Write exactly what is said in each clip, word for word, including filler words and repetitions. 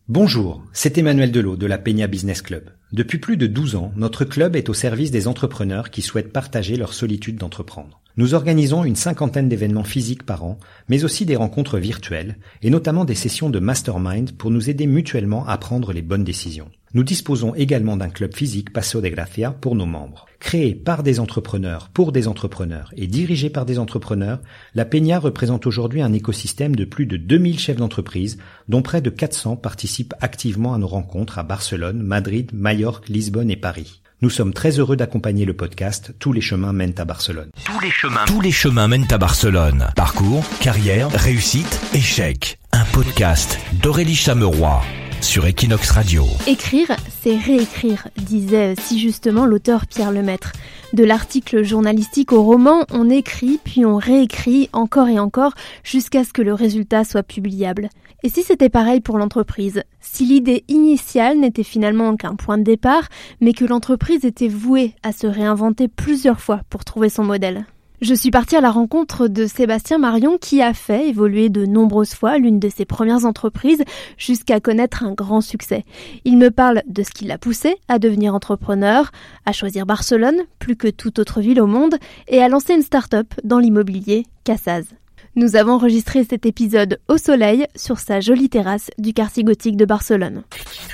Bonjour, c'est Emmanuel Delot de la Peña Business Club. Depuis plus de douze ans, notre club est au service des entrepreneurs qui souhaitent partager leur solitude d'entreprendre. Nous organisons une cinquantaine d'événements physiques par an, mais aussi des rencontres virtuelles, et notamment des sessions de mastermind pour nous aider mutuellement à prendre les bonnes décisions. Nous disposons également d'un club physique Paseo de Gracia pour nos membres. Créé par des entrepreneurs pour des entrepreneurs et dirigé par des entrepreneurs, la Peña représente aujourd'hui un écosystème de plus de deux mille chefs d'entreprise, dont près de quatre cents participent activement à nos rencontres à Barcelone, Madrid, Majorque, Lisbonne et Paris. Nous sommes très heureux d'accompagner le podcast Tous les chemins mènent à Barcelone. Tous les chemins, tous les chemins mènent à Barcelone. Parcours, carrière, réussite, échec. Un podcast d'Aurélie Chameroy sur Equinox Radio. Écrire, c'est réécrire, disait si justement l'auteur Pierre Lemaitre. De l'article journalistique au roman, on écrit puis on réécrit encore et encore jusqu'à ce que le résultat soit publiable. Et si c'était pareil pour l'entreprise? Si l'idée initiale n'était finalement qu'un point de départ, mais que l'entreprise était vouée à se réinventer plusieurs fois pour trouver son modèle? Je suis partie à la rencontre de Sébastien Marion qui a fait évoluer de nombreuses fois l'une de ses premières entreprises jusqu'à connaître un grand succès. Il me parle de ce qui l'a poussé à devenir entrepreneur, à choisir Barcelone plus que toute autre ville au monde et à lancer une start-up dans l'immobilier, Cassaz. Nous avons enregistré cet épisode au soleil sur sa jolie terrasse du quartier gothique de Barcelone.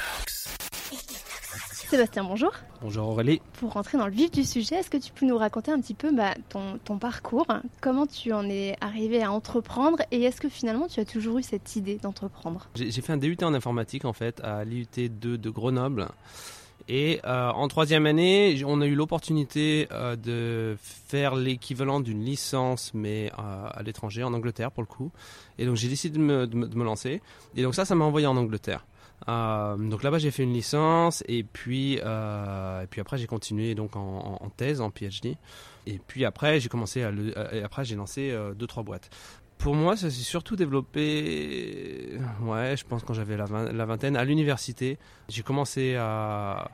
Sébastien, bonjour. Bonjour Aurélie. Pour rentrer dans le vif du sujet, est-ce que tu peux nous raconter un petit peu bah, ton, ton parcours, comment tu en es arrivé à entreprendre et est-ce que finalement tu as toujours eu cette idée d'entreprendre? J'ai, j'ai fait un D U T en informatique en fait à l'I U T deux de Grenoble et euh, en troisième année on a eu l'opportunité euh, de faire l'équivalent d'une licence mais euh, à l'étranger, en Angleterre pour le coup, et donc j'ai décidé de me, de me, de me lancer et donc ça, ça m'a envoyé en Angleterre. Euh, donc là-bas j'ai fait une licence et puis euh, et puis après j'ai continué donc en, en, en thèse, en P H D, et puis après j'ai commencé à le, et après j'ai lancé euh, deux trois boîtes. Pour moi ça s'est surtout développé, ouais, je pense quand j'avais la, vingt, la vingtaine à l'université. J'ai commencé à, à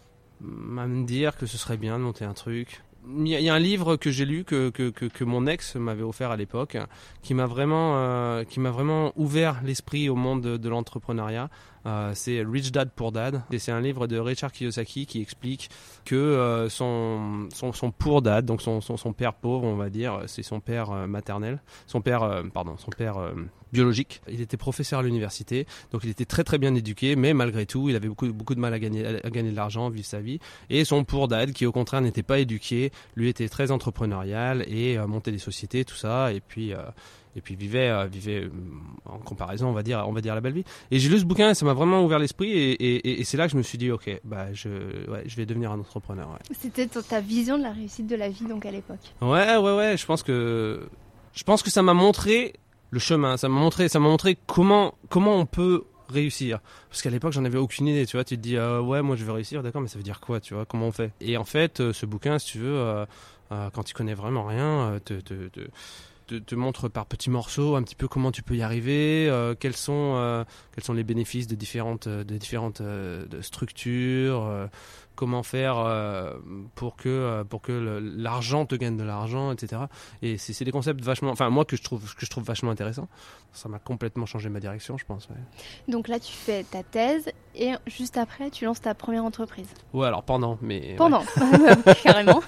me dire que ce serait bien de monter un truc. Il y, y a un livre que j'ai lu que, que, que, que mon ex m'avait offert à l'époque qui m'a vraiment, euh, qui m'a vraiment ouvert l'esprit au monde de, de l'entrepreneuriat. Euh, c'est Rich Dad Poor Dad et c'est un livre de Richard Kiyosaki qui explique que euh, son, son, son poor dad, donc son, son, son père pauvre on va dire, c'est son père euh, maternel, son père, euh, pardon, son père euh, biologique. Il était professeur à l'université, donc il était très très bien éduqué, mais malgré tout il avait beaucoup, beaucoup de mal à gagner, à gagner de l'argent, vivre sa vie. Et son poor dad qui au contraire n'était pas éduqué, lui était très entrepreneurial et euh, montait des sociétés, tout ça, et puis... Euh, et puis vivait, euh, vivait en comparaison, on va dire, on va dire la belle vie. Et j'ai lu ce bouquin, et ça m'a vraiment ouvert l'esprit, et, et, et c'est là que je me suis dit, ok, bah je, ouais, je vais devenir un entrepreneur. Ouais. C'était ta vision de la réussite de la vie donc à l'époque. Ouais, ouais, ouais. Je pense que, je pense que ça m'a montré le chemin, ça m'a montré, ça m'a montré comment, comment on peut réussir. Parce qu'à l'époque, j'en avais aucune idée. Tu vois, tu te dis, euh, ouais, moi je vais réussir, d'accord, mais ça veut dire quoi, tu vois, comment on fait? Et en fait, euh, ce bouquin, si tu veux, euh, euh, quand tu connais vraiment rien, euh, te, te, te Te, te montre par petits morceaux un petit peu comment tu peux y arriver, euh, quels sont euh, quels sont les bénéfices de différentes de différentes euh, de structures, euh, comment faire euh, pour que euh, pour que le, l'argent te gagne de l'argent, et cetera. Et c'est, c'est des concepts vachement, enfin moi que je trouve que je trouve vachement intéressant. Ça m'a complètement changé ma direction, je pense. Ouais. Donc là, tu fais ta thèse et juste après, tu lances ta première entreprise. Ouais, alors pendant, mais pendant, ouais. Carrément.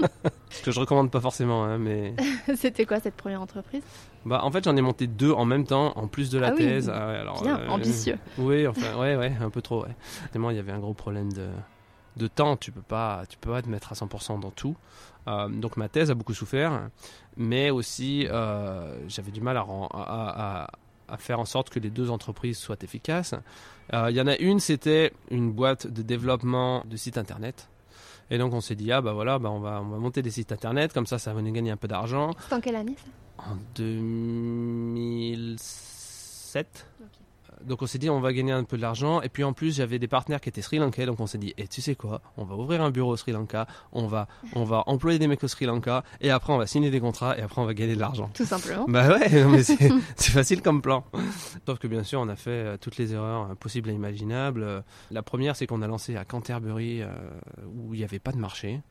Ce que je recommande pas forcément, hein, mais. C'était quoi cette première entreprise? Bah, en fait, j'en ai monté deux en même temps, en plus de la ah oui, thèse. Ah ouais, alors, bien, euh, ambitieux. Oui, enfin, ouais, ouais, un peu trop. Ouais. Tellement il y avait un gros problème de, de temps. Tu peux pas, tu peux pas te mettre à cent pour cent dans tout. Euh, donc ma thèse a beaucoup souffert, mais aussi euh, j'avais du mal à, à, à, à faire en sorte que les deux entreprises soient efficaces. Il euh, y en a une, c'était une boîte de développement de sites internet. Et donc on s'est dit, ah bah voilà, bah on, va, on va monter des sites internet, comme ça ça va nous gagner un peu d'argent. C'était en quelle année ça? En deux mille sept. Okay. Donc on s'est dit on va gagner un peu de l'argent, et puis en plus j'avais des partenaires qui étaient Sri Lankais, donc on s'est dit, et eh, tu sais quoi, on va ouvrir un bureau au Sri Lanka, on va, on va employer des mecs au Sri Lanka, et après on va signer des contrats, et après on va gagner de l'argent. Tout simplement. Bah ouais, mais c'est, c'est facile comme plan. Sauf que bien sûr on a fait euh, toutes les erreurs euh, possibles et imaginables. Euh, la première, c'est qu'on a lancé à Canterbury, euh, où il n'y avait pas de marché.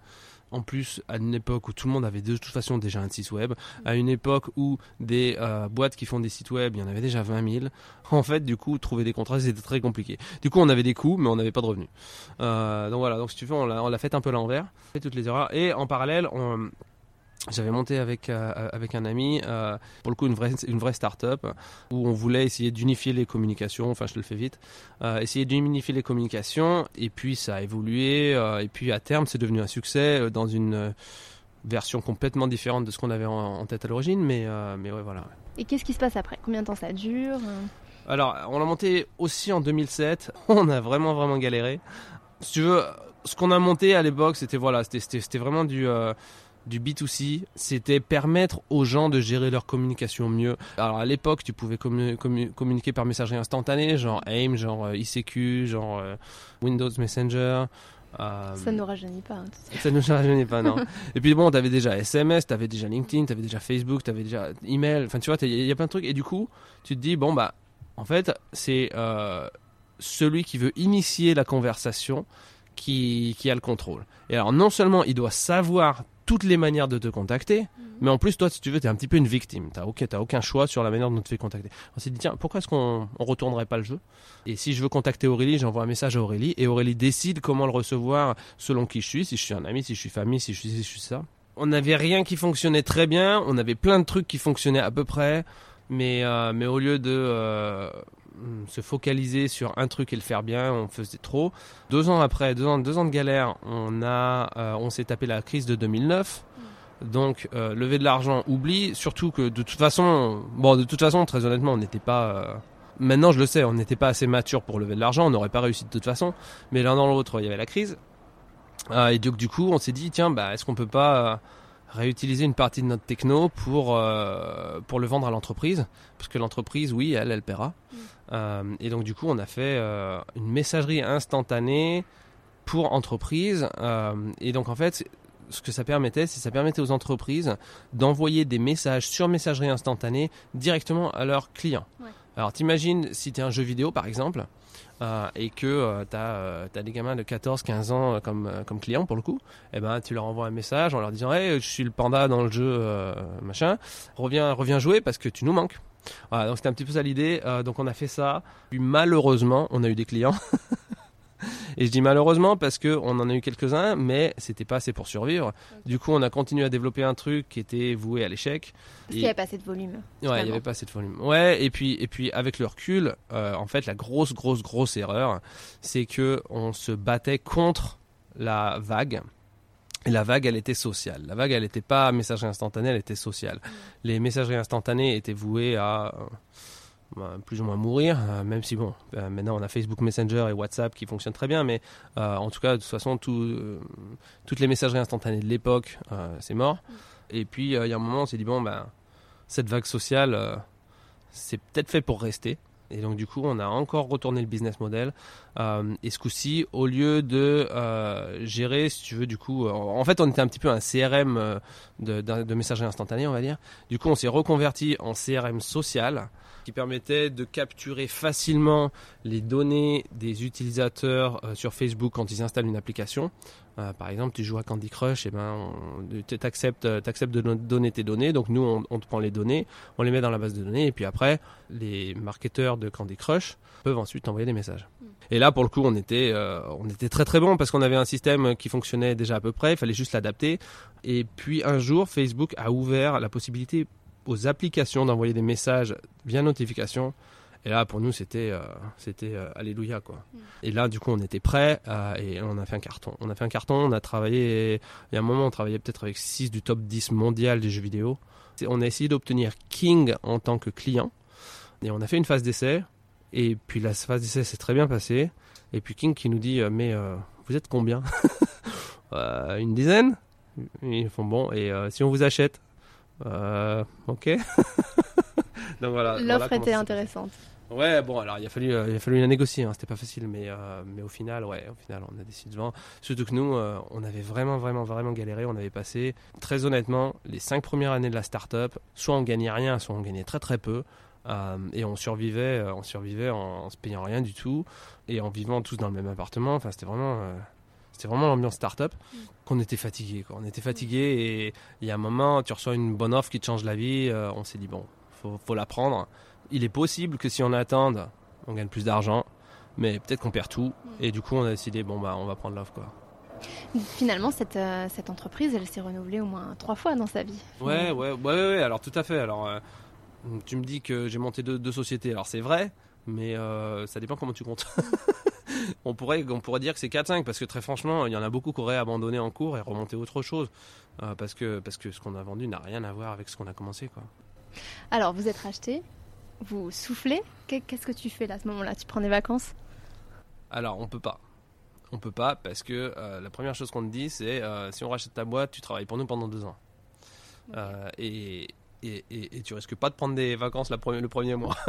En plus, à une époque où tout le monde avait de toute façon déjà un site web, à une époque où des euh, boîtes qui font des sites web, il y en avait déjà vingt mille. En fait, du coup, trouver des contrats, c'était très compliqué. Du coup, on avait des coûts, mais on n'avait pas de revenus. Euh, donc voilà, donc si tu veux, on l'a, on l'a fait un peu à l'envers, on a fait toutes les erreurs. Et en parallèle, on... J'avais monté avec, euh, avec un ami, euh, pour le coup, une vraie, une vraie start-up où on voulait essayer d'unifier les communications. Enfin, je te le fais vite. Euh, essayer d'unifier les communications. Et puis, ça a évolué. Euh, et puis, à terme, c'est devenu un succès euh, dans une euh, version complètement différente de ce qu'on avait en, en tête à l'origine. Mais, euh, mais ouais, voilà. Et qu'est-ce qui se passe après ? Combien de temps ça dure ? Alors, on l'a monté aussi en deux mille sept. On a vraiment, vraiment galéré. Si tu veux, ce qu'on a monté à l'époque, c'était, voilà, c'était, c'était, c'était vraiment du... Euh, du B deux C, c'était permettre aux gens de gérer leur communication mieux. Alors à l'époque, tu pouvais commu- commu- communiquer par messagerie instantanée, genre AIM, genre euh, I C Q, genre euh, Windows Messenger. Euh, ça ne nous rajeunit pas. Hein, ça ne nous rajeunit pas, non. Et puis bon, tu avais déjà S M S, tu avais déjà LinkedIn, tu avais déjà Facebook, tu avais déjà email. Enfin, tu vois, il y a plein de trucs. Et du coup, tu te dis, bon, bah, en fait, c'est euh, celui qui veut initier la conversation qui, qui a le contrôle. Et alors, non seulement il doit savoir toutes les manières de te contacter, mmh. mais en plus, toi, si tu veux, tu es un petit peu une victime. Tu n'as okay, aucun choix sur la manière dont tu te fais contacter. On s'est dit, tiens, pourquoi est-ce qu'on ne retournerait pas le jeu ? Et si je veux contacter Aurélie, j'envoie un message à Aurélie, et Aurélie décide comment le recevoir selon qui je suis, si je suis un ami, si je suis famille, si je suis, si je suis ça. On n'avait rien qui fonctionnait très bien, on avait plein de trucs qui fonctionnaient à peu près, mais, euh, mais au lieu de... Euh, se focaliser sur un truc et le faire bien, on faisait trop. Deux ans après, deux ans, deux ans de galère, on a, euh, on s'est tapé la crise de deux mille neuf. Mmh. Donc euh, lever de l'argent, oublie. Surtout que de toute façon, bon, de toute façon, très honnêtement, on n'était pas. Euh, maintenant, je le sais, on n'était pas assez mature pour lever de l'argent. On n'aurait pas réussi de toute façon. Mais l'un dans l'autre, il y avait la crise. Euh, et donc du coup, on s'est dit, tiens, bah, est-ce qu'on peut pas euh, réutiliser une partie de notre techno pour euh, pour le vendre à l'entreprise, parce que l'entreprise, oui, elle, elle paiera. Mmh. Euh, et donc du coup, on a fait euh, une messagerie instantanée pour entreprises. Euh, et donc en fait, ce que ça permettait, c'est que ça permettait aux entreprises d'envoyer des messages sur messagerie instantanée directement à leurs clients. Ouais. Alors t'imagines si tu es un jeu vidéo par exemple, euh, et que euh, tu as euh, des gamins de quatorze quinze ans euh, comme, euh, comme clients pour le coup, et ben tu leur envoies un message en leur disant hey, je suis le panda dans le jeu euh, machin, reviens, reviens jouer parce que tu nous manques. Voilà, donc c'était un petit peu ça l'idée. Euh, donc on a fait ça. Puis malheureusement, on a eu des clients. Et je dis malheureusement parce qu'on en a eu quelques-uns, mais c'était pas assez pour survivre. Okay. Du coup, on a continué à développer un truc qui était voué à l'échec. Parce et... qu'il n'y avait pas assez de volume. Ouais, il n'y avait pas assez de volume. Ouais, et puis, et puis avec le recul, euh, en fait, la grosse, grosse, grosse erreur, c'est qu'on se battait contre la vague. Et la vague, elle était sociale. La vague, elle n'était pas messagerie instantanée, elle était sociale. Mmh. Les messageries instantanées étaient vouées à euh, bah, plus ou moins mourir, euh, même si, bon, euh, maintenant on a Facebook Messenger et WhatsApp qui fonctionnent très bien, mais euh, en tout cas, de toute façon, tout, euh, toutes les messageries instantanées de l'époque, euh, c'est mort. Mmh. Et puis, il euh, y a un moment, on s'est dit, bon, ben, cette vague sociale, euh, c'est peut-être fait pour rester. Et donc du coup, on a encore retourné le business model. Euh, et ce coup-ci, au lieu de euh, gérer, si tu veux, du coup, euh, en fait, on était un petit peu un C R M euh, de, de, de messagerie instantanée, on va dire. Du coup, on s'est reconverti en C R M social, qui permettait de capturer facilement les données des utilisateurs euh, sur Facebook quand ils installent une application. Euh, par exemple, tu joues à Candy Crush, et ben, tu acceptes de donner tes données. Donc nous, on, on te prend les données, on les met dans la base de données, et puis après, les marketeurs de Candy Crush peuvent ensuite envoyer des messages. Mmh. Et là, pour le coup, on était, euh, on était très très bon parce qu'on avait un système qui fonctionnait déjà à peu près. Il fallait juste l'adapter. Et puis un jour, Facebook a ouvert la possibilité aux applications d'envoyer des messages via notification. Et là, pour nous, c'était, euh, c'était euh, alléluia, quoi. Mm. Et là, du coup, on était prêts euh, et on a fait un carton. On a fait un carton, on a travaillé, il y a un moment, on travaillait peut-être avec six du top dix mondial des jeux vidéo. On a essayé d'obtenir King en tant que client. Et on a fait une phase d'essai. Et puis la phase d'essai s'est très bien passée. Et puis King qui nous dit, euh, mais euh, vous êtes combien euh, Une dizaine. Et ils font bon, et euh, si on vous achète euh, ok. Donc voilà. L'offre voilà était intéressante. Ouais, bon, alors il a fallu, euh, il a fallu la négocier, hein, c'était pas facile, mais, euh, mais au final, ouais, au final, on a décidé de vendre. Surtout que nous, euh, on avait vraiment, vraiment, vraiment galéré. On avait passé, très honnêtement, les cinq premières années de la start-up, soit on gagnait rien, soit on gagnait très, très peu. Euh, et on survivait, euh, on survivait en, en se payant rien du tout et en vivant tous dans le même appartement. Enfin, c'était vraiment, euh, C'était vraiment l'ambiance start-up mmh. qu'on était fatigué. Quoi. On était fatigué et il y a un moment, tu reçois une bonne offre qui te change la vie. Euh, on s'est dit, bon, faut, faut la prendre. Il est possible que si on attende, on gagne plus d'argent, mais peut-être qu'on perd tout. Mmh. Et du coup, on a décidé, bon, bah, on va prendre l'offre, quoi. Finalement, cette, euh, cette entreprise, elle s'est renouvelée au moins trois fois dans sa vie. Ouais, ouais, ouais, ouais, ouais alors tout à fait. Alors, euh, tu me dis que j'ai monté deux, deux sociétés. Alors, c'est vrai, mais euh, ça dépend comment tu comptes. on, pourrait, on pourrait dire que c'est quatre cinq, parce que très franchement, il y en a beaucoup qui auraient abandonné en cours et remonté autre chose. Euh, parce, que, parce que ce qu'on a vendu n'a rien à voir avec ce qu'on a commencé, quoi. Alors, vous êtes racheté, vous soufflez. Qu'est-ce que tu fais là, à ce moment-là ? Tu prends des vacances ? Alors, on peut pas. On peut pas parce que euh, la première chose qu'on te dit, c'est euh, si on rachète ta boîte, tu travailles pour nous pendant deux ans. Okay. Euh, et, et, et, et tu risques pas de prendre des vacances la première, le premier mois.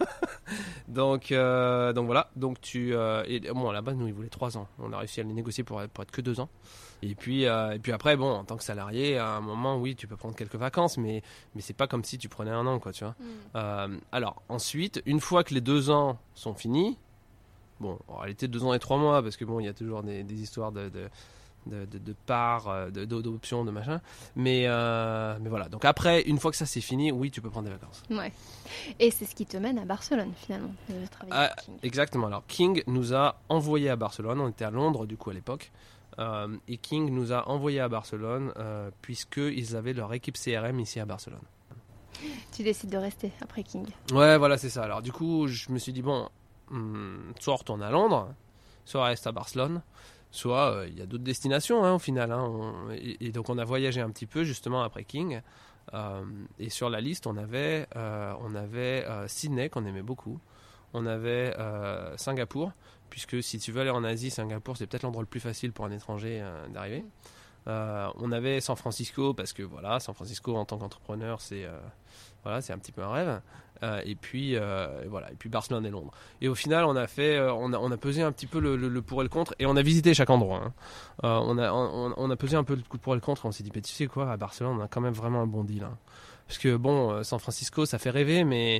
donc, euh, donc voilà. Donc tu, euh, et, bon, à la base, nous, ils voulaient trois ans. On a réussi à les négocier pour, pour être que deux ans. Et puis, euh, et puis après, bon, en tant que salarié, à un moment, oui, tu peux prendre quelques vacances, mais, mais c'est pas comme si tu prenais un an, quoi, tu vois. Mm. Euh, alors, ensuite, une fois que les deux ans sont finis, bon, en réalité deux ans et trois mois, parce que bon, il y a toujours des, des histoires de, de, de, de, de parts, de, d'options, de machin. Mais, euh, mais voilà. Donc après, une fois que ça c'est fini, oui, tu peux prendre des vacances. Ouais. Et c'est ce qui te mène à Barcelone finalement, de travailler ah, pour King. Exactement. Alors King nous a envoyés à Barcelone. On était à Londres du coup à l'époque. Euh, et King nous a envoyés à Barcelone euh, puisqu'ils avaient leur équipe C R M ici à Barcelone. Tu décides de rester après King. Ouais, voilà, c'est ça. Alors du coup, je me suis dit bon. Hum, soit on retourne à Londres, soit on reste à Barcelone, soit il euh, y a d'autres destinations hein, au final. Hein, on, et, et donc on a voyagé un petit peu justement après King. Euh, et sur la liste, on avait, euh, on avait euh, Sydney qu'on aimait beaucoup. On avait euh, Singapour, puisque si tu veux aller en Asie, Singapour c'est peut-être l'endroit le plus facile pour un étranger euh, d'arriver. Mmh. Euh, on avait San Francisco parce que voilà, San Francisco en tant qu'entrepreneur c'est euh, voilà, c'est un petit peu un rêve. Euh, et puis euh, et voilà, et puis Barcelone et Londres. Et au final, on a fait, euh, on a on a pesé un petit peu le, le, le pour et le contre, et on a visité chaque endroit. Hein. Euh, on a on, on a pesé un peu le pour et le contre. Et on s'est dit, bah, tu sais quoi, à Barcelone, on a quand même vraiment un bon deal. Hein. Parce que bon, euh, San Francisco, ça fait rêver, mais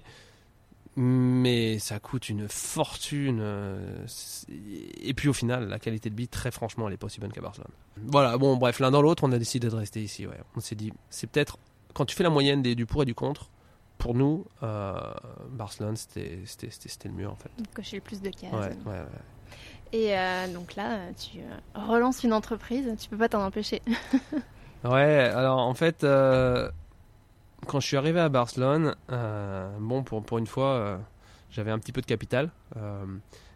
mais ça coûte une fortune. Euh, et puis au final, la qualité de vie, très franchement, elle est pas aussi bonne qu'à Barcelone. Voilà, bon, bref, l'un dans l'autre, on a décidé de rester ici. Ouais. On s'est dit, c'est peut-être quand tu fais la moyenne des, du pour et du contre. Pour nous, euh, Barcelone, c'était, c'était, c'était, c'était le mieux en fait. Cocher le plus de cases. Ouais, ouais, ouais. Et euh, donc là, tu euh, relances une entreprise, tu peux pas t'en empêcher. Ouais, alors en fait, euh, quand je suis arrivé à Barcelone, euh, bon, pour, pour une fois, euh, j'avais un petit peu de capital. Euh,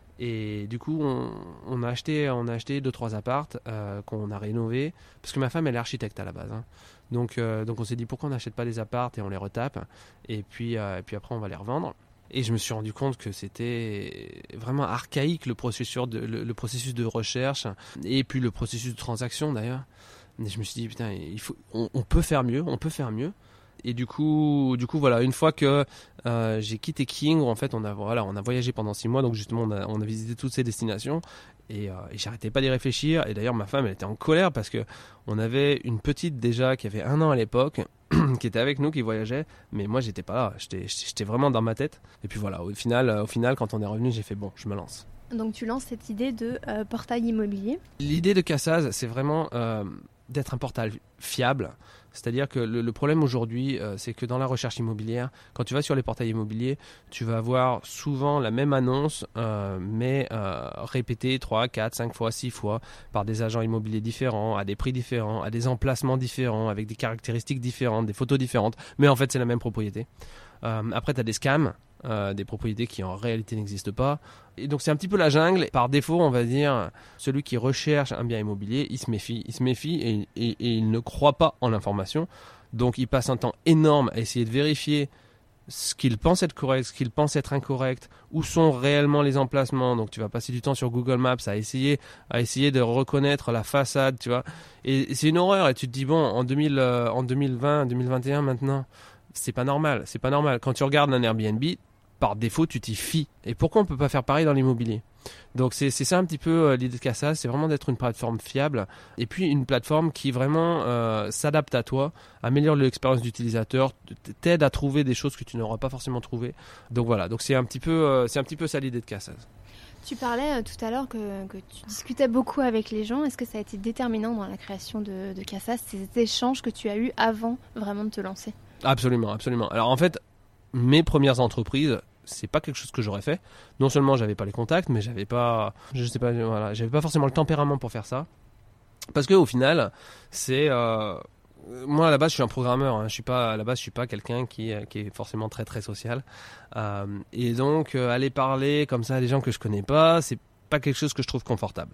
et du coup, on, on, a acheté, on a acheté deux, trois appartes euh, qu'on a rénovés. Parce que ma femme, elle est architecte à la base. Hein. Donc, euh, donc on s'est dit pourquoi on n'achète pas des appartes et on les retape et puis, euh, et puis après on va les revendre. Et je me suis rendu compte que c'était vraiment archaïque le processus de, le, le processus de recherche et puis le processus de transaction d'ailleurs. Et je me suis dit putain, il faut, on, on peut faire mieux, on peut faire mieux. Et du coup, du coup voilà, une fois que euh, j'ai quitté King, où en fait on a voilà, on a voyagé pendant six mois, donc justement on a, on a visité toutes ces destinations. Et, euh, et j'arrêtais pas d'y réfléchir. Et d'ailleurs, ma femme, elle était en colère parce que on avait une petite déjà qui avait un an à l'époque, qui était avec nous, qui voyageait. Mais moi, j'étais pas là. J'étais, j'étais vraiment dans ma tête. Et puis voilà, au final, au final, quand on est revenu, j'ai fait bon, je me lance. Donc tu lances cette idée de euh, portail immobilier. L'idée de Cassaz, c'est vraiment euh, d'être un portail fiable. C'est-à-dire que le, le problème aujourd'hui, euh, c'est que dans la recherche immobilière, quand tu vas sur les portails immobiliers, tu vas avoir souvent la même annonce, euh, mais euh, répétée trois, quatre, cinq fois, six fois par des agents immobiliers différents, à des prix différents, à des emplacements différents, avec des caractéristiques différentes, des photos différentes. Mais en fait, c'est la même propriété. Euh, après, tu as des scams. Euh, des propriétés qui en réalité n'existent pas. Et donc c'est un petit peu la jungle. Par défaut, on va dire, celui qui recherche un bien immobilier, il se méfie. Il se méfie et, et, et il ne croit pas en l'information. Donc il passe un temps énorme à essayer de vérifier ce qu'il pense être correct, ce qu'il pense être incorrect, où sont réellement les emplacements. Donc tu vas passer du temps sur Google Maps à essayer, à essayer de reconnaître la façade, tu vois. Et c'est une horreur. Et tu te dis, bon, en, deux mille, euh, en deux mille vingt, deux mille vingt et un maintenant, c'est pas normal. C'est pas normal. Quand tu regardes un Airbnb, par défaut, tu t'y fies. Et pourquoi on ne peut pas faire pareil dans l'immobilier ? Donc c'est, c'est ça un petit peu euh, l'idée de Cassaz, c'est vraiment d'être une plateforme fiable et puis une plateforme qui vraiment euh, s'adapte à toi, améliore l'expérience d'utilisateur, t'aide à trouver des choses que tu n'auras pas forcément trouvées. Donc voilà, donc c'est un petit peu, euh, c'est un petit peu ça l'idée de Cassaz. Tu parlais euh, tout à l'heure que, que tu discutais beaucoup avec les gens. Est-ce que ça a été déterminant dans la création de, de Casa, ces échanges que tu as eus avant vraiment de te lancer? Absolument, absolument. Alors en fait, mes premières entreprises, c'est pas quelque chose que j'aurais fait. Non seulement j'avais pas les contacts, mais j'avais pas, je sais pas, voilà, j'avais pas forcément le tempérament pour faire ça. Parce que au final, c'est euh, moi à la base je suis un programmeur. Hein, je suis pas à la base je suis pas quelqu'un qui qui est forcément très très social. Euh, et donc euh, aller parler comme ça à des gens que je connais pas, c'est pas quelque chose que je trouve confortable.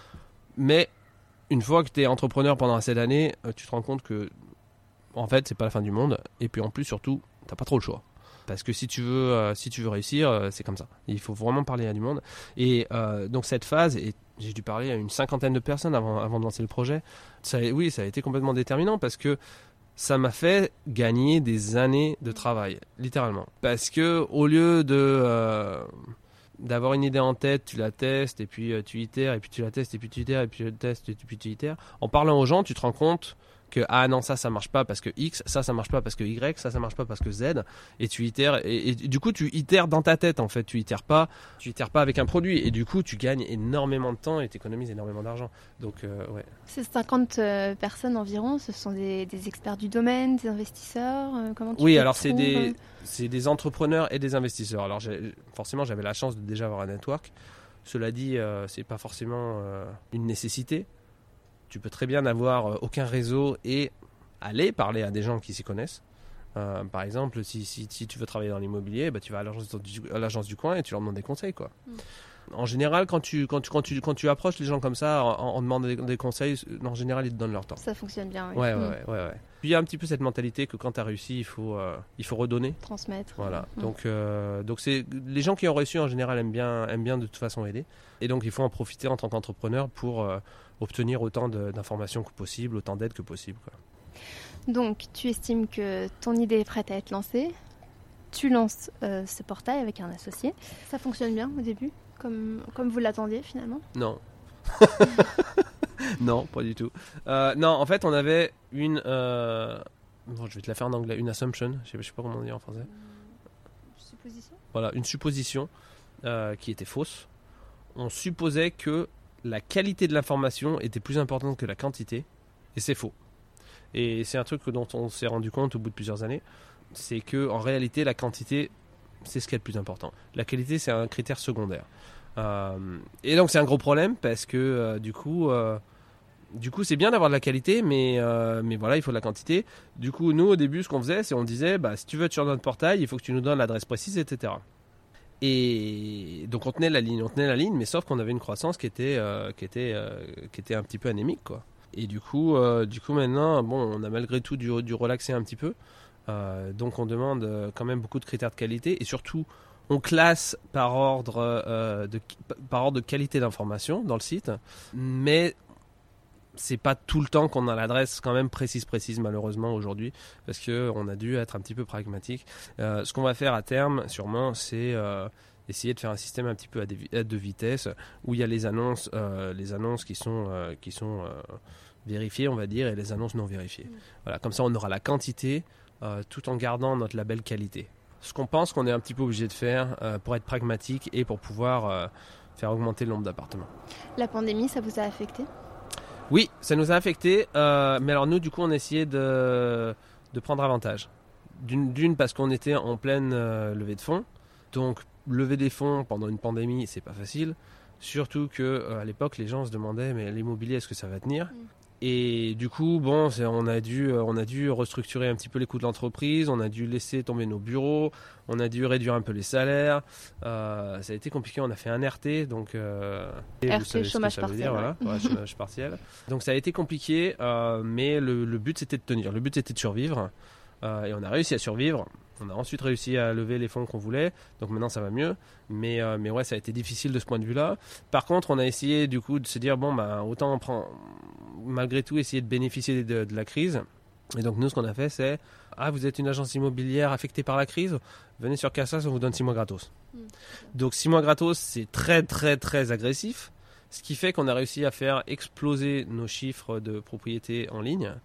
Mais une fois que tu es entrepreneur pendant assez d'années, euh, tu te rends compte que en fait, c'est pas la fin du monde. Et puis en plus, surtout, t'as pas trop le choix. Parce que si tu veux, euh, si tu veux réussir, euh, c'est comme ça. Il faut vraiment parler à du monde. Et euh, donc cette phase, et j'ai dû parler à une cinquantaine de personnes avant, avant de lancer le projet. Ça, oui, ça a été complètement déterminant parce que ça m'a fait gagner des années de travail, littéralement. Parce que au lieu de euh, d'avoir une idée en tête, tu la testes et puis euh, tu itères et puis tu la testes et puis tu itères et puis tu la testes et puis tu itères. En parlant aux gens, tu te rends compte que ah non ça ça marche pas parce que X, ça ça marche pas parce que Y, ça ça marche pas parce que Z, et tu itères et, et du coup tu itères dans ta tête en fait, tu itères pas, tu itères pas avec un produit et du coup tu gagnes énormément de temps et tu économises énormément d'argent. Donc euh, ouais. Ces cinquante euh, personnes environ, ce sont des, des experts du domaine, des investisseurs, euh, comment tu Oui, te alors c'est trouves des c'est des entrepreneurs et des investisseurs. Alors j'ai, forcément j'avais la chance de déjà avoir un network. Cela dit, euh, c'est pas forcément euh, une nécessité. Tu peux très bien n'avoir aucun réseau et aller parler à des gens qui s'y connaissent. Euh, par exemple, si, si, si tu veux travailler dans l'immobilier, bah, tu vas à l'agence du, à l'agence du coin et tu leur demandes des conseils, quoi. Mm. En général, quand tu, quand, tu, quand, tu, quand tu approches les gens comme ça, en, en demandant des, des conseils, en général, ils te donnent leur temps. Ça fonctionne bien, oui. Ouais, ouais, mm. ouais, ouais, ouais. Puis il y a un petit peu cette mentalité que quand tu as réussi, il faut, euh, il faut redonner. Transmettre. Voilà. Mm. Donc, euh, donc c'est, les gens qui ont réussi, en général, aiment bien, aiment bien de toute façon aider. Et donc, il faut en profiter en tant qu'entrepreneur pour euh, obtenir autant de, d'informations que possible, autant d'aide que possible, quoi. Donc, tu estimes que ton idée est prête à être lancée. Tu lances euh, ce portail avec un associé. Ça fonctionne bien au début, comme, comme vous l'attendiez finalement? Non. Non, pas du tout. Euh, non, en fait, on avait une... Euh... Bon, je vais te la faire en anglais. Une assumption, je sais, je sais pas comment on dit en français. Supposition? Voilà, une supposition euh, qui était fausse. On supposait que la qualité de l'information était plus importante que la quantité, et c'est faux. Et c'est un truc dont on s'est rendu compte au bout de plusieurs années, c'est que en réalité la quantité c'est ce qui est le plus important. La qualité c'est un critère secondaire. Euh, et donc c'est un gros problème parce que euh, du coup, euh, du coup c'est bien d'avoir de la qualité, mais euh, mais voilà il faut de la quantité. Du coup nous au début ce qu'on faisait c'est on disait bah si tu veux être sur notre portail il faut que tu nous donnes l'adresse précise et cetera. Et donc on tenait la ligne, on tenait la ligne, mais sauf qu'on avait une croissance qui était euh, qui était euh, qui était un petit peu anémique quoi. Et du coup, euh, du coup maintenant, bon, on a malgré tout dû, dû relaxer un petit peu. Euh, donc on demande euh, quand même beaucoup de critères de qualité et surtout on classe par ordre euh, de par ordre de qualité d'information dans le site, mais c'est pas tout le temps qu'on a l'adresse quand même précise précise malheureusement aujourd'hui parce que on a dû être un petit peu pragmatique. Euh, ce qu'on va faire à terme, sûrement, c'est euh, essayer de faire un système un petit peu à de vitesse où il y a les annonces, euh, les annonces qui sont euh, qui sont euh, vérifiées, on va dire, et les annonces non vérifiées. Mmh. Voilà, comme ça on aura la quantité euh, tout en gardant notre label qualité. Ce qu'on pense qu'on est un petit peu obligé de faire euh, pour être pragmatique et pour pouvoir euh, faire augmenter le nombre d'appartements. La pandémie, ça vous a affecté ? Oui, ça nous a affecté, euh, mais alors nous du coup on a essayé de, de prendre avantage. D'une, d'une parce qu'on était en pleine euh, levée de fonds, donc lever des fonds pendant une pandémie c'est pas facile, surtout que euh, à l'époque les gens se demandaient mais l'immobilier est-ce que ça va tenir ? mm. Et du coup bon c'est, on a dû euh, on a dû restructurer un petit peu les coûts de l'entreprise, on a dû laisser tomber nos bureaux, on a dû réduire un peu les salaires, euh, ça a été compliqué, on a fait un R T donc euh, R T chômage partiel, dire, ouais. Voilà, ouais, chômage partiel. Donc ça a été compliqué, euh, mais le, le but c'était de tenir, le but c'était de survivre. Euh, et on a réussi à survivre. On a ensuite réussi à lever les fonds qu'on voulait. Donc maintenant ça va mieux. Mais, euh, mais ouais, ça a été difficile de ce point de vue-là. Par contre, on a essayé du coup de se dire bon, bah, autant on prend, malgré tout essayer de bénéficier de, de la crise. Et donc nous, ce qu'on a fait, c'est ah, vous êtes une agence immobilière affectée par la crise, venez sur Casa, on vous donne six mois gratos. Mmh. Donc six mois gratos, c'est très très très agressif. Ce qui fait qu'on a réussi à faire exploser nos chiffres de propriété en ligne.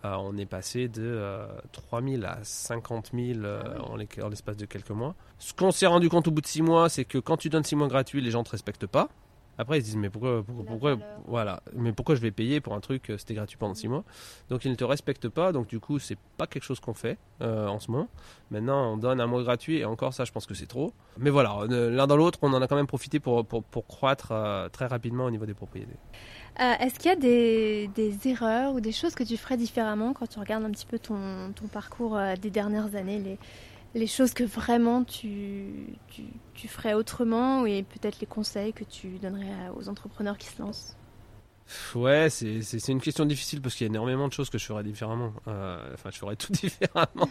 euh, on est passé de euh, trois mille à cinquante mille euh, ah oui. en, l'é- en l'espace de quelques mois. Ce qu'on s'est rendu compte au bout de six mois, c'est que quand tu donnes six mois gratuits, les gens ne te respectent pas. Après, ils se disent, mais pourquoi, pourquoi, pourquoi, voilà, mais pourquoi je vais payer pour un truc, c'était gratuit pendant six mois. Donc, ils ne te respectent pas. Donc, du coup, c'est pas quelque chose qu'on fait euh, en ce moment. Maintenant, on donne un mois gratuit et encore ça, je pense que c'est trop. Mais voilà, euh, l'un dans l'autre, on en a quand même profité pour, pour, pour croître euh, très rapidement au niveau des propriétés. Euh, est-ce qu'il y a des, des erreurs ou des choses que tu ferais différemment quand tu regardes un petit peu ton, ton parcours euh, des dernières années, les, les choses que vraiment tu, tu, tu ferais autrement et peut-être les conseils que tu donnerais aux entrepreneurs qui se lancent? Ouais, c'est, c'est, c'est une question difficile parce qu'il y a énormément de choses que je ferais différemment. Euh, enfin, je ferais tout différemment.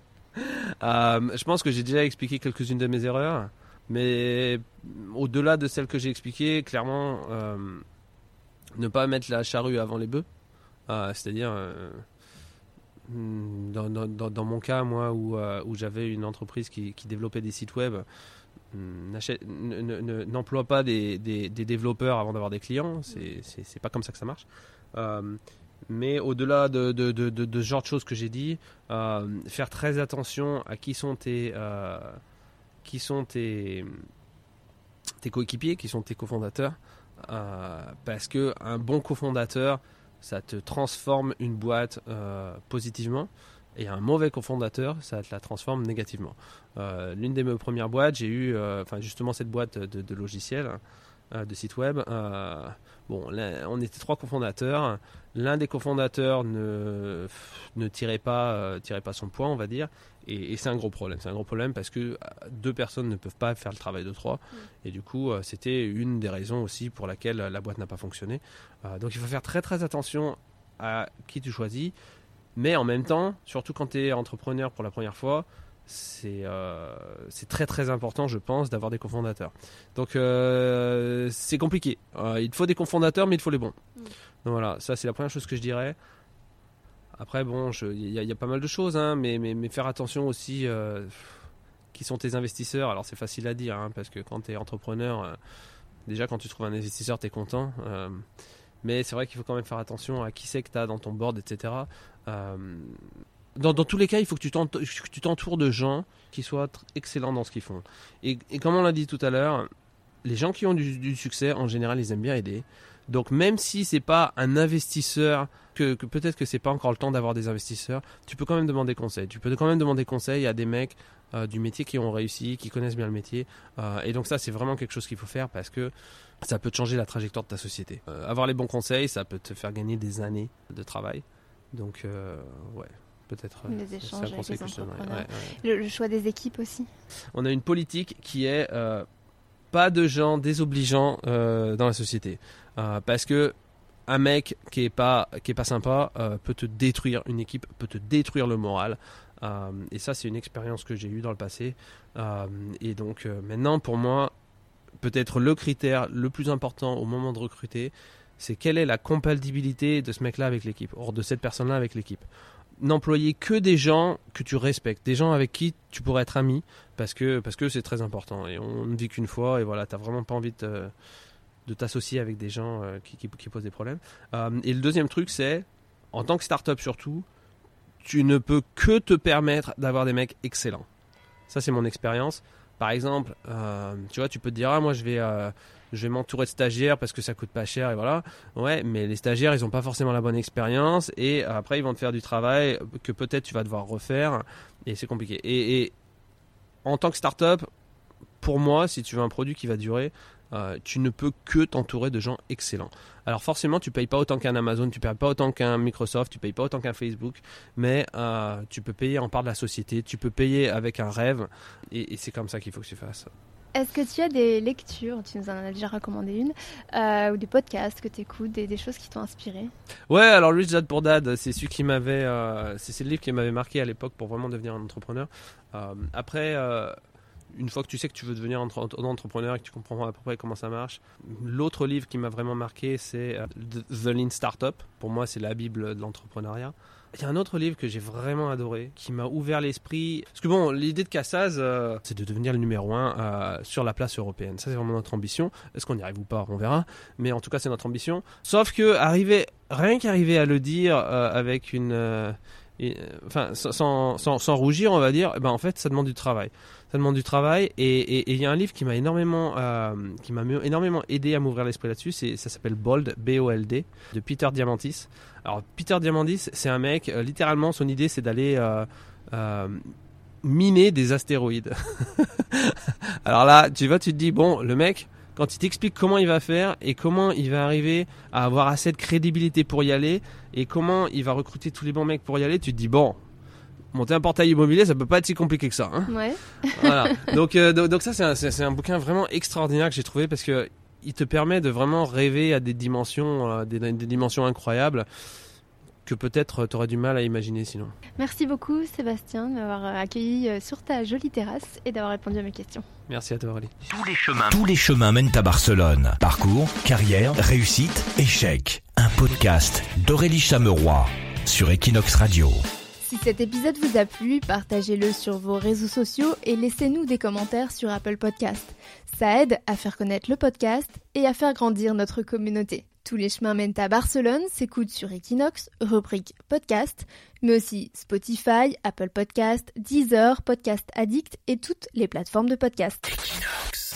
euh, je pense que j'ai déjà expliqué quelques-unes de mes erreurs, mais au-delà de celles que j'ai expliquées, clairement, euh, ne pas mettre la charrue avant les bœufs. Euh, c'est-à-dire, euh, dans, dans, dans mon cas, moi, où, euh, où j'avais une entreprise qui, qui développait des sites web, N'achète, n- n- n'emploie pas des, des, des développeurs avant d'avoir des clients, c'est, c'est, c'est pas comme ça que ça marche. Euh, mais au-delà de, de, de, de, de ce genre de choses que j'ai dit, euh, faire très attention à qui sont tes, euh, qui sont tes, tes coéquipiers, qui sont tes cofondateurs, euh, parce que un bon cofondateur, ça te transforme une boîte euh, positivement. Et un mauvais cofondateur, ça te la transforme négativement. Euh, l'une des mes premières boîtes, j'ai eu, euh, enfin justement cette boîte de, de logiciels, euh, de sites web. Euh, bon, là, on était trois cofondateurs. L'un des cofondateurs ne, ne tirait pas, euh, tirait pas son poids, on va dire. Et, et c'est un gros problème. C'est un gros problème parce que deux personnes ne peuvent pas faire le travail de trois. Mmh. Et du coup, euh, c'était une des raisons aussi pour laquelle la boîte n'a pas fonctionné. Euh, donc il faut faire très très attention à qui tu choisis. Mais en même temps, surtout quand tu es entrepreneur pour la première fois, c'est, euh, c'est très très important, je pense, d'avoir des cofondateurs. Donc euh, c'est compliqué. Euh, il te faut des cofondateurs, mais il te faut les bons. Mmh. Donc voilà, ça c'est la première chose que je dirais. Après, bon, il y, y a pas mal de choses, hein, mais, mais, mais faire attention aussi euh, qui sont tes investisseurs. Alors c'est facile à dire, hein, parce que quand tu es entrepreneur, euh, déjà quand tu trouves un investisseur, tu es content. Euh, mais c'est vrai qu'il faut quand même faire attention à qui c'est que tu as dans ton board, et cetera. Euh, dans, dans tous les cas, il faut que tu, t'entoures, que tu t'entoures de gens qui soient tr- excellents dans ce qu'ils font. Et, et comme on l'a dit tout à l'heure, les gens qui ont du, du succès, en général, ils aiment bien aider. Donc même si c'est pas un investisseur, que, que peut-être que c'est pas encore le temps d'avoir des investisseurs, tu peux quand même demander conseil. Tu peux quand même demander conseil à des mecs euh, du métier qui ont réussi, qui connaissent bien le métier. Euh, et donc ça, c'est vraiment quelque chose qu'il faut faire parce que ça peut te changer la trajectoire de ta société. Euh, avoir les bons conseils, ça peut te faire gagner des années de travail. Donc, euh, ouais, peut-être euh, les échanges c'est un conseil avec les que je donnerais. Ouais, ouais. Le, le choix des équipes aussi. On a une politique qui est euh, pas de gens désobligeants euh, dans la société. Euh, parce que un mec qui est pas, qui est pas sympa euh, peut te détruire une équipe, peut te détruire le moral. Euh, et ça, c'est une expérience que j'ai eue dans le passé. Euh, et donc, euh, maintenant, pour moi, peut-être le critère le plus important au moment de recruter, c'est quelle est la compatibilité de ce mec-là avec l'équipe, ou de cette personne-là avec l'équipe. N'employer que des gens que tu respectes, des gens avec qui tu pourrais être ami, parce que, parce que c'est très important. Et on ne vit qu'une fois, et voilà, tu n'as vraiment pas envie de, de t'associer avec des gens euh, qui, qui, qui posent des problèmes. Euh, et le deuxième truc, c'est, en tant que start-up surtout, tu ne peux que te permettre d'avoir des mecs excellents. Ça, c'est mon expérience. Par exemple, euh, tu vois, tu peux te dire, ah, moi, je vais, euh, je vais m'entourer de stagiaires parce que ça coûte pas cher et voilà. Ouais, mais les stagiaires, ils ont pas forcément la bonne expérience et après, ils vont te faire du travail que peut-être tu vas devoir refaire et c'est compliqué. Et, et en tant que start-up, pour moi, si tu veux un produit qui va durer, euh, tu ne peux que t'entourer de gens excellents. Alors forcément, tu payes pas autant qu'un Amazon, tu payes pas autant qu'un Microsoft, tu payes pas autant qu'un Facebook, mais euh, tu peux payer en part de la société, tu peux payer avec un rêve, et, et c'est comme ça qu'il faut que tu fasses. Est-ce que tu as des lectures, tu nous en as déjà recommandé une, euh, ou des podcasts que tu écoutes, des, des choses qui t'ont inspiré? Ouais, alors Rich Dad Poor Dad, c'est celui qui m'avait, euh, c'est, c'est le livre qui m'avait marqué à l'époque pour vraiment devenir un entrepreneur. Euh, après, euh, une fois que tu sais que tu veux devenir entre- entrepreneur et que tu comprends à peu près comment ça marche. L'autre livre qui m'a vraiment marqué, c'est euh, The Lean Startup. Pour moi, c'est la Bible de l'entrepreneuriat. Il y a un autre livre que j'ai vraiment adoré, qui m'a ouvert l'esprit. Parce que bon, l'idée de Cassaz, euh, c'est de devenir le numéro un euh, sur la place européenne. Ça, c'est vraiment notre ambition. Est-ce qu'on y arrive ou pas, on verra. Mais en tout cas, c'est notre ambition. Sauf que arriver, rien qu'arriver à le dire euh, avec une... Euh, et, enfin, sans, sans, sans rougir, on va dire, ben, en fait, ça demande du travail. Ça demande du travail. Et il y a un livre qui m'a énormément, euh, qui m'a énormément aidé à m'ouvrir l'esprit là-dessus. C'est, ça s'appelle Bold, B O L D, de Peter Diamandis. Alors, Peter Diamandis, c'est un mec, euh, littéralement, son idée, c'est d'aller euh, euh, miner des astéroïdes. Alors là, tu vois, tu te dis, bon, le mec, quand il t'explique comment il va faire et comment il va arriver à avoir assez de crédibilité pour y aller et comment il va recruter tous les bons mecs pour y aller, tu te dis, bon, monter un portail immobilier, ça peut pas être si compliqué que ça. Hein. Ouais. Voilà. Donc, euh, donc, donc ça, c'est un, c'est, c'est un bouquin vraiment extraordinaire que j'ai trouvé parce que il te permet de vraiment rêver à des dimensions, euh, des, des dimensions incroyables que peut-être tu aurais du mal à imaginer sinon. Merci beaucoup Sébastien de m'avoir accueilli sur ta jolie terrasse et d'avoir répondu à mes questions. Merci à toi Aurélie. Tous les chemins, tous les chemins mènent à Barcelone. Parcours, carrière, réussite, échec. Un podcast d'Aurélie Chameroy sur Equinox Radio. Si cet épisode vous a plu, partagez-le sur vos réseaux sociaux et laissez-nous des commentaires sur Apple Podcast. Ça aide à faire connaître le podcast et à faire grandir notre communauté. Tous les chemins mènent à Barcelone s'écoute sur Equinox, rubrique podcast, mais aussi Spotify, Apple Podcast, Deezer, Podcast Addict et toutes les plateformes de podcast. Equinox.